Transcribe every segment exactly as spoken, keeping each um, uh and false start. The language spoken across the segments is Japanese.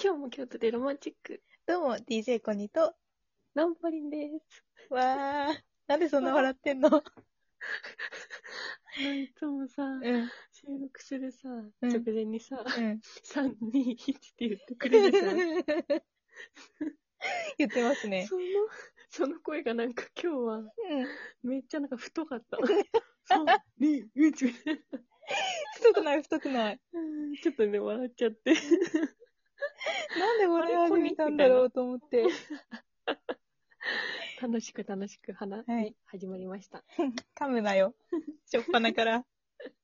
今日も京都でロマンチック。 どうも、ディージェー コニーと、 ランポリンです。 わー、なんでそんな笑ってんの？ あの、いつもさ、 うん、 収録するさ、 うん直前にさ、 うん。 さん、に、いちって言ってくれるじゃん。 言ってますね。 その、その声がなんか今日は、 うん。 めっちゃなんか太かった。さん、に、いちみたいな。 太くない、太くない。 うんちょっとね、笑っちゃって。 なんであれ笑い始めたんだコニーみたいなろうと思って。 楽しく楽しく話、 はいね、始まりました。 噛むなよ。しょっぱなから。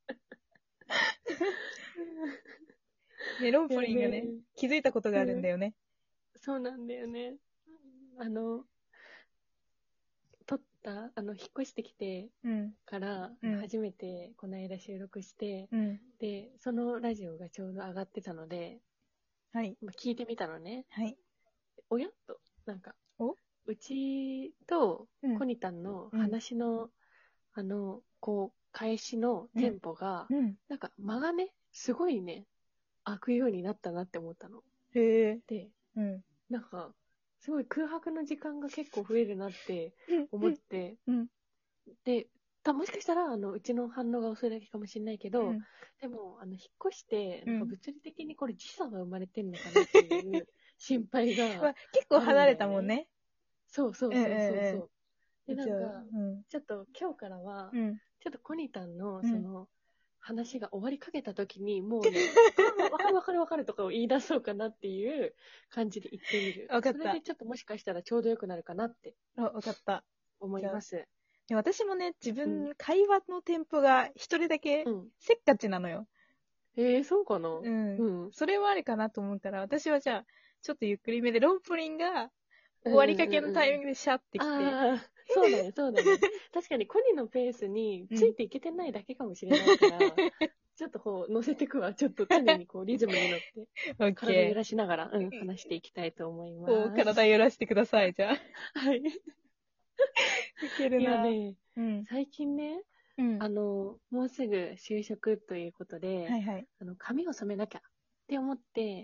ね、ロンいやポリンがね、 ね、 気づいたことがあるんだよね。 そうなんだよね。あの、撮った、あの、引っ越してきてうん、 から、 うん初めてこの間収録して、 うん。 で、そのラジオがちょうど上がってたので、 はい、 まあ聞いてみたのね。 はい。 おやっと、なんか、 おうちとうん、 コニタンのうん、 話の、あの、こう、返しのテンポが、 うん。 なんか間がね、すごいね、開くようになったなって思ったの。 へえ。 で、 うん。 なんか、すごい空白の時間が結構増えるなってうん、 思って、 うん、 で、たもしかしたら、あの、うちの反応が遅いだけかもしれないけど、 うん、 でも、あの、引っ越して、なんかうん。 物理的にこれ時差が生まれてんのかなっていう心配がまあ、結構あるん離れだよね。 たもんね。 そうそううん、 そうそううん、 そう。で、 うん。じゃあ、 なんか、 うん、 ちょっと今日からは、 うん、 ちょっとコニタンの、 うん。 その、話が終わりかけた時に、もうね、ああ、わかるわかるわかるとかを言い出そうかなっていう感じで言ってみる。 わかった。 それでちょっともしかしたらちょうどよくなるかなってあ、わかった。じゃあ、 思います。 で私もね、自うん。 分、会話のテンポが一人だけうん。 せっかちなのよ。 えー、そうかなうん。 うん。 それはあるかなと思うから、私はじゃあ、ちょっとゆっくりめで、ロンプリンがうんうん終わりかけのタイミンうんグでシャってきて、 ああ、そうだね、そうだね。確かにコニのペースにうん。 ついていけてないだけかもしれないから、ちょっとこう乗せてくわ。ちょっと常にこうリズムに乗って、 オッ体揺ケらしながら、うん、 ー。 話していきたいと思いこう、 ます。 体揺らしてください、じゃあ。 はい。 いけるいやな。 ね、 うん。 最近ね、 うん。 あの、もうすぐ就職ということで、 はいはい。 あの、髪を染めなきゃって思って、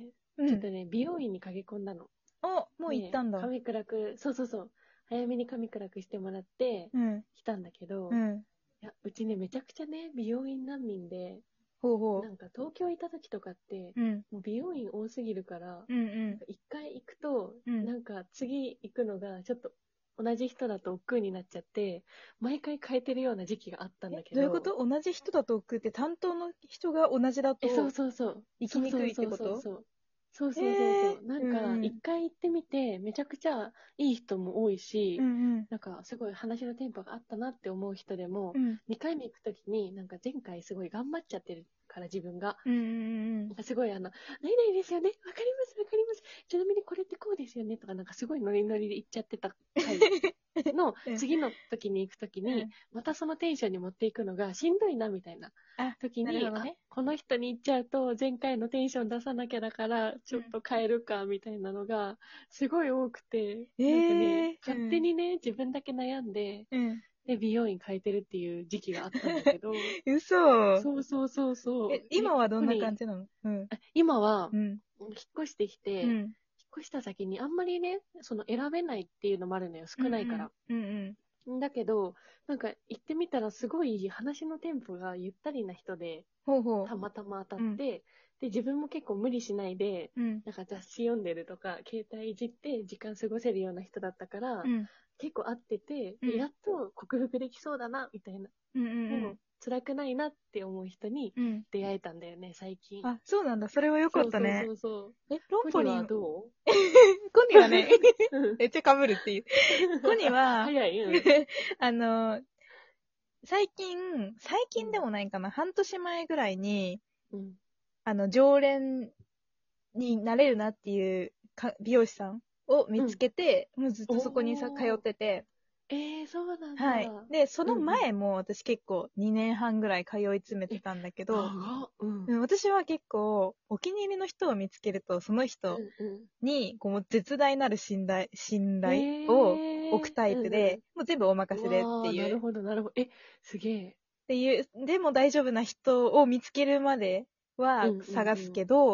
うん。 ちょっとね、美容院に駆け込んだの。 お、もう行っで、 たんだ。 髪暗く、そうそうそう、早めに髪暗くしてもらって、 うん。 来たんだけど、 うん。 いや、うちね、めちゃくちゃね、美容院難民で、 ほうほなんか東京いた時とかって、 う。うん。 もう美容院多すぎるから、 うんうん。 なんか一回行くと、 うん。 なんか次行くのがちょっと同じ人だと億劫になっちゃって、毎回変えてるような時期があったんえ、 だけど、 どういうこと？同じ人だと送って担当の人が同じだえ、そうとそうそう。 生きにくいってそうそうそうこと？ そうそう。そうへそうそうえー。 そう。なんか、 うんうん。 一回行ってみて、めちゃくちゃいい人も多いし、 うんうん。 なんか、すごい話のテンポがあったなって思う人でも、 うん。 二回目行くときに、なんか前回すごい頑張っちゃってるから自分が、 うんうんうん。 なんかすごいあの、何々ですよねわかりますわかりますちなみにこれってこうですよねとか、なんかすごいノリノリで言っちゃってた回のうん次の時に行く時に、 うん。 またそのテンションに持っていくのがしんどいなみたいなあ、 時に、あ、 なるほどね。 この人に行っちゃうと前回のテンション出さなきゃだからちょっと変えるかみたいなのがすごい多くて、 えなんかね、 えー。 勝手にね、自分だけ悩んで、 うん。 で、美容院変えてるっていう時期があったんだけど、 嘘。 そうそうそうそえ、 う。え、 今はどんなここに、 感じなの？うん。 あ今は、 うん。 引っ越してきて、引っうん。 越した先にあんまりね、その選べないっていうのもあるのよ、 うん少ないから。 うん。うんだけど、なんか行ってみたらすごい話のテンポがゆったりな人で、 ほうほたまたま当う。うん。 たって、で、自分も結構無理しないで、 うん。 なんか雑誌読んでるとか、携帯いじって時間過ごせるような人だったから、 うん。 結構合ってて、 うん。 でやっと克服できそうだな、みたいな。 うんうんうん。 もう辛くないなって思う人にうん。 出会えたんだよね、最近。 あ、そうなんだ。それはよかそうそうそったね。 うそう。 え、ロンコニはポリン、 どうコニはね、 うん。 めっちゃ被るっていう。コニは、 早い、うん。 あの、最近、最近でうん。 もないかな、半年前ぐらいに、 うん。 あの、常連になれるなっていうか美容師さんを見つうん。 けて、もうずっとそこにさ、通っおー。 てて、 えー、そうなんだ。 はい。で、そのうんうん。 前も私結構にねんはんぐらい通い詰めてえ、 たんだけど、 長っ。うん。 うん、私は結構お気に入りの人を見つけると、その人うんうにこうもう絶大なる信頼、信ん。 頼を置くえー。 タイプで、 うんうもう全部おん。う任せでってわー、 いう、っなるほど、なるほど。え、すげえ。 ていう、でも大丈夫な人を見つけるまではうんうん探すうん。 けど、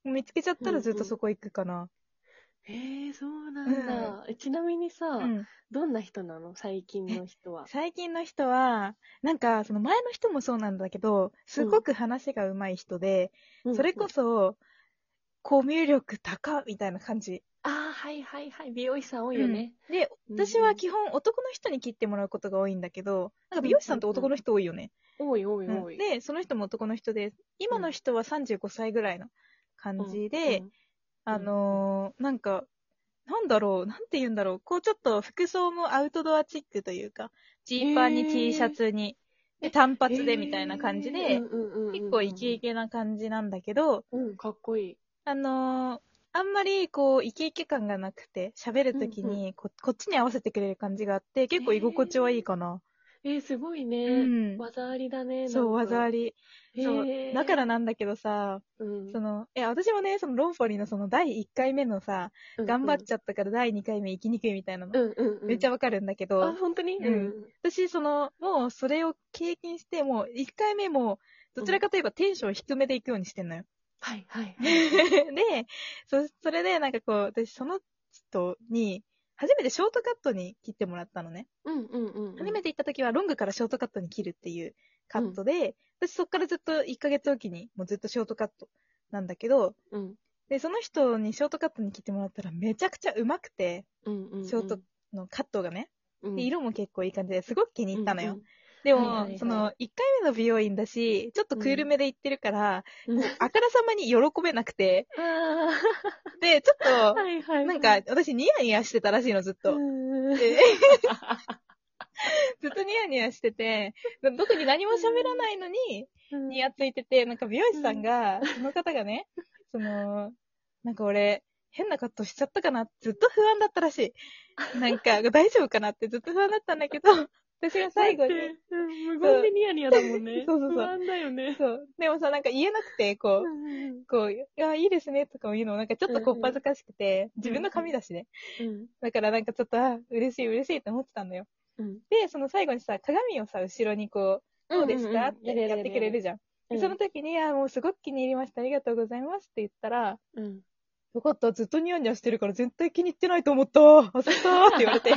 見つけちゃったらずっとそこ行くかな。 へえ、そうなんだ。えちなみにさ、 うん。 どんな人なの最近の人は。 最近の人は、なんか、その前の人もそうなんだけど、すごく話が上手い人で、 うんそれこそ、コミュ力高みたいな感じ。 ああ、はいはいはい。美容師さん多いうん。 よね。 で、 うんうん私は基本男の人に切ってもらうことが多いんだけど、なんか美容師さんって男の人多いよね。 多い多いうん。 多い。 で、その人も男の人で、今の人はさんじゅうごさいぐらいの感じで、 うんあのー、なんか、なんだろう、なんて言うんだろう、こうちょっと服装もアウトドアチックというか、ジーパンに T シャツに、で、単発でみたいな感じで、結構イケイケな感じなんだけど、 うん、かっこいい。 あのー、あんまりこう、イケイケ感がなくて、喋るときにこ、こっちに合わせてくれる感じがあって、結構居心地はいいかな。 えー、すごいうね。 ん。 技ありだね、なそう、 んか。 技あり。そう。 へーだからなんだけどさ、 うん。 その、いや、私もね、そのロンポリのそのだいいっかいめのさ、 うん頑張っちゃったからだいにかいめ行きにくいみたいなの、 うんうんうん。 めっちゃわかるんだけあ、 ど、 本当にうん。私、その、もうそれを経験して、もういっかいめも、どちらかといえばテンション低めで行くようにしてんのよ。 はいはいはいはい。 で、そ、それでなんかこう、私その人に、初めてショートカットに切ってもらったのね。 うんうんうんうん。 初めて行った時はロングからショートカットに切るっていうカットで、私そっからずっといっかげつおきにもうずっとショートカットなんだけど、 うん。 で、その人にショートカットに切ってもらったらめちゃくちゃ上手くて、 うんうんうん。 ショートのカットがね。 うん。 で、色も結構いい感じですごく気に入ったのよ。 うんうんでも、 はいはいはいその、いっかいめの美容院だし、ちょっとクールめで行ってるから、 うんこうあからさまに喜べなくて、 あで、ちょっあ。 と、 はいはいはい。 なんか、私ニヤニヤしてたらしいの、ずっと。 うーん。 でずっとニヤニヤしてて、特に何も喋らないのに、ニヤついてて、なんか美容師さんが、その方がね、その、なんか俺、変なカットしちゃったかなってずっと不安だったらしい。なんか、大丈夫かなってずっと不安だったんだけど、私が最後に、 だってうん無言でニヤニヤだもんね。 そうそうそう不安だよね。 そう。でもさ、なんか言えなくて、こう、 うんこう、いや、いいですね、とかも言うのもなんかちょっとこっぱずかしくて、自分の髪だしね。 うんだからなんかちょっと、あ、嬉しい嬉しいって思ってたんだよ。 うんで、その最後にさ、鏡をさ、後ろにこう、どうですかっうんうんうんやるやるてやってくれるじゃん。 うんで、その時に、あ、もうすごく気に入りました。ありがとうございますって言ったら、 うんよかった、ずっとニヤニヤしてるから絶対気に入ってないと思った。焦ったって言われて。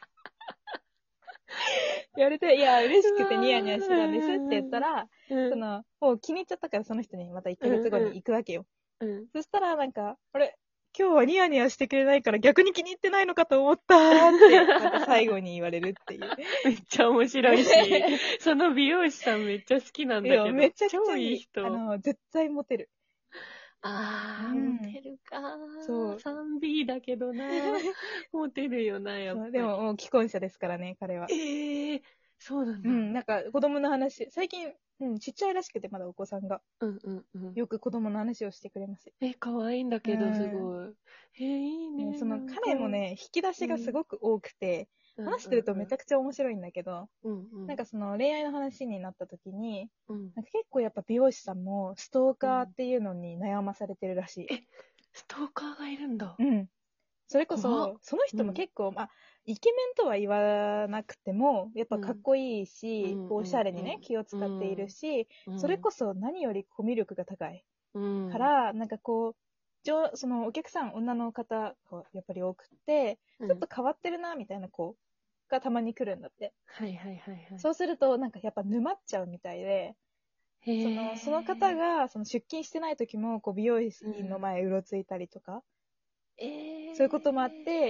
言われて、いや、嬉しくてニヤニヤしてたんですって言ったら、 うんその、もう気に入っちゃったからその人にまたいっかげつごに行くわけよ。 うんそしたらなんか、あれ今日はニヤニヤしてくれないから逆に気に入ってないのかと思ったーって、また最後に言われるっていう。 めっちゃ面白いし、その美容師さんめっちゃ好きなんだいや、 けど、 めちゃくち超ゃいい。 いい人。 あの、絶対モテる。 あー、 うんモテるかー。 そうスリービー だけどなモテるよな、やっぱり。 そうでももう既婚者ですからね、彼は。 えー、そうなんだ。 うん、なんか子供の話、最近、うん、ちっちゃいらしくてまだお子さんが、 うんうんうん。 よく子供の話をしてくれます。 え、可愛いんだけど、すごい。えー、いいね。 ねそのなんか彼もね、引き出しがすごく多くて、話してるとめちゃくちゃ面白いんだけど、 うんうん、 なんかその恋愛の話になった時に、 うん、 なんか結構やっぱ美容師さんもストーカーっていうのに悩まされてるらしい。 え、ストーカーがいるんだ。 うん。それこ怖っそ、その人も結構、まあ、イケメンとは言わなくても、やっぱかっこいいし、 うんこうおしゃれにね、 うん気を使っているし、 うんそれこそ何よりコミュ力が高い。 うん、 から、なんかこう、上そのお客さん、女の方がやっぱり多くて、ちょっと変わってるな、みたいな子がたまに来るんだって。 はいはいはいはい。 そうすると、なんかやっぱ沼っちゃうみたいで、 へーそのその方がその出勤してない時もこう美容師の前うろついたりとか、 えー、 そういうこともあって、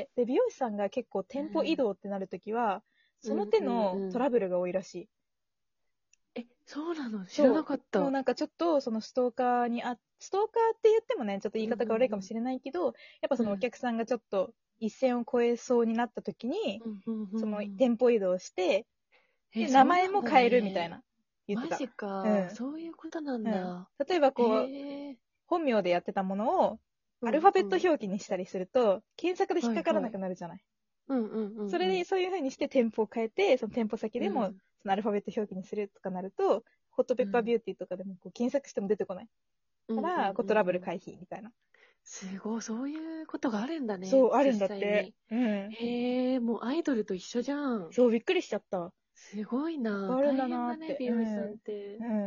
で美容師さんが結構店舗移動ってなるときは、その手のトラブルが多いらしい。 え、そうなの知らなかった。 もうなんかちょっとそのストーカーにあ、ストーカーって言ってもね、ちょっと言い方が悪いかもしれないけど、やっぱそのお客さんがちょっと一線を越えそうになったときに、その店舗移動して、で名前も変えるみたいな。言ってた。 マジか、 うん、 そういうことなんだ。 うん、例えばこう、本名でやってたものを、アルファベット表記にしたりすると、検索で引っかからなくなるじゃない。 うんうんうん。 それで、そういう風にして店舗を変えて、その店舗先でも、そのアルファベット表記にするとかなると、ホットペッパービューティーとかでもこう検索しても出てこない。から、こうトラブル回避みたいな。 すごい、そういうことがあるんだね。 そう、あるんだって。うん。 へえ、もうアイドルと一緒じゃん。 そう、びっくりしちゃった。 すごいな。 あるんだなーって。 大変だね、美容師さんって。 うん。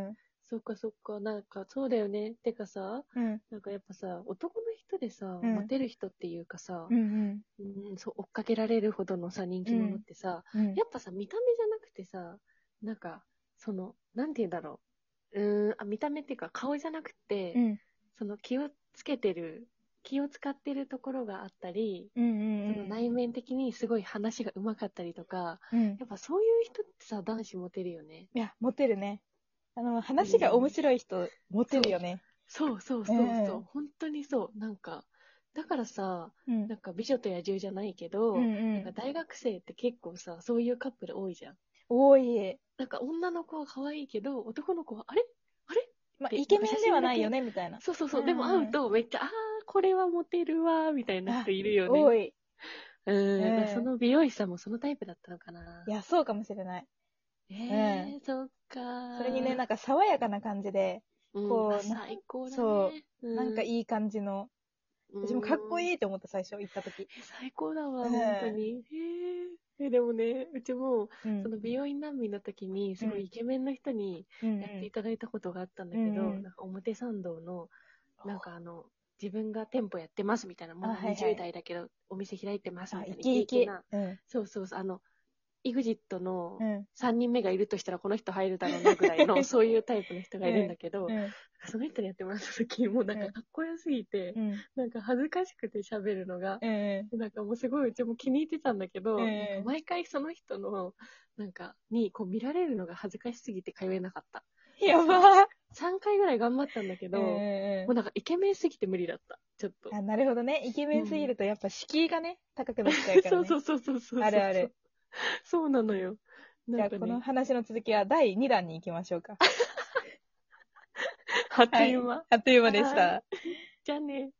そっかそっか。なんか、そうだよね。てかさ、 うん。 なんかやっぱさ、男の人でさ、 うんモテる人っていうかさ、 うんうん。 うん、そう、追っかけられるほどのさ、人気者ってさ、 うん。 やっぱさ、見た目じゃなくてさ、なんか、その、なんて言うんだろう。うーん、あ、見た目っていうか顔じゃなくて、 うん。 その気をつけてる、気を使ってるところがあったり、 うんうんうん。 その内面的にすごい話が上手かったりとか、 うん。 やっぱそういう人ってさ、男子モテるよね。 いや、モテるね。あの、話がうん面白い人、モテるよね。 そうそうそうそう、 うん本当にそう。なんか、だからさ、 うん。 なんか美女と野獣じゃないけうんど、 うんなんか。大学生って結構さ、そういうカップル多いじゃん。 多い。 なんか女の子は可愛いけど、男の子は、あれあれまあ、 で、なんか写イケメンでは真だけ、 ないよね、みたいな。 そうそうそう、でも会ううん。 とめっちゃ、あー、これはモテるわー、みたいなあ、 人いるよね。 多い。 うん、だからうん。 その美容師さんもそのタイプだったのかな。 いや、そうかもしれない。 えうん。 ー、そっかそれにね、 ー。 なんか爽やかな感じで、 うん、あ、 こう、なん、 最高だそね。 う、なんかうん。 いい感じの、 う私もかっこん。 いいって思った最初行った時。 え、最高だわ、 うん。 本当に。へえ。え、でもね、うちも、そうん。 の美容院難民の時に、すごいイケメンの人にうんやっていただいたことがあったんだうん。 けど、 うんうん。 なんか表参道の、なんかあの、自分が店舗やってますみたいな、まあ、 だはいはにじゅうい。 代だけど、お店開いてますあ、イみたいな、イケイケ。 ケイケな、 うん。 そうそうそう、あの、イグジットのうん。 さんにんめがいるとしたらこの人入るだろうなぐらいの、そういうタイプの人がいるんだけど、 うん。 その人にやってもらった時、もうなんかかっこよすぎて、 うん。 なんか恥ずかしくて喋るのが、 うん。 でなんかもうすごいうちも気に入ってたんだけど、 うんなんか毎回その人の、なんか、にこう見られるのが恥ずかしすぎて通えなかった。 やばー。 さんかいぐらい頑張ったんだけうんど、もうんうなんかイケメンすぎて無理だった。ちょっと。 あ、なるほどね。イケメンすぎるうん。 とやっぱ敷居がね、高くなっちゃうからね。 そうそうそうそうそうそう。 あるある。 そうなのよ。なじゃあこのんかね、 話の続きはだいにだんに行きましょうか。 あっとはい。 いう間。 あっという間でしはい。 た。 じゃあね。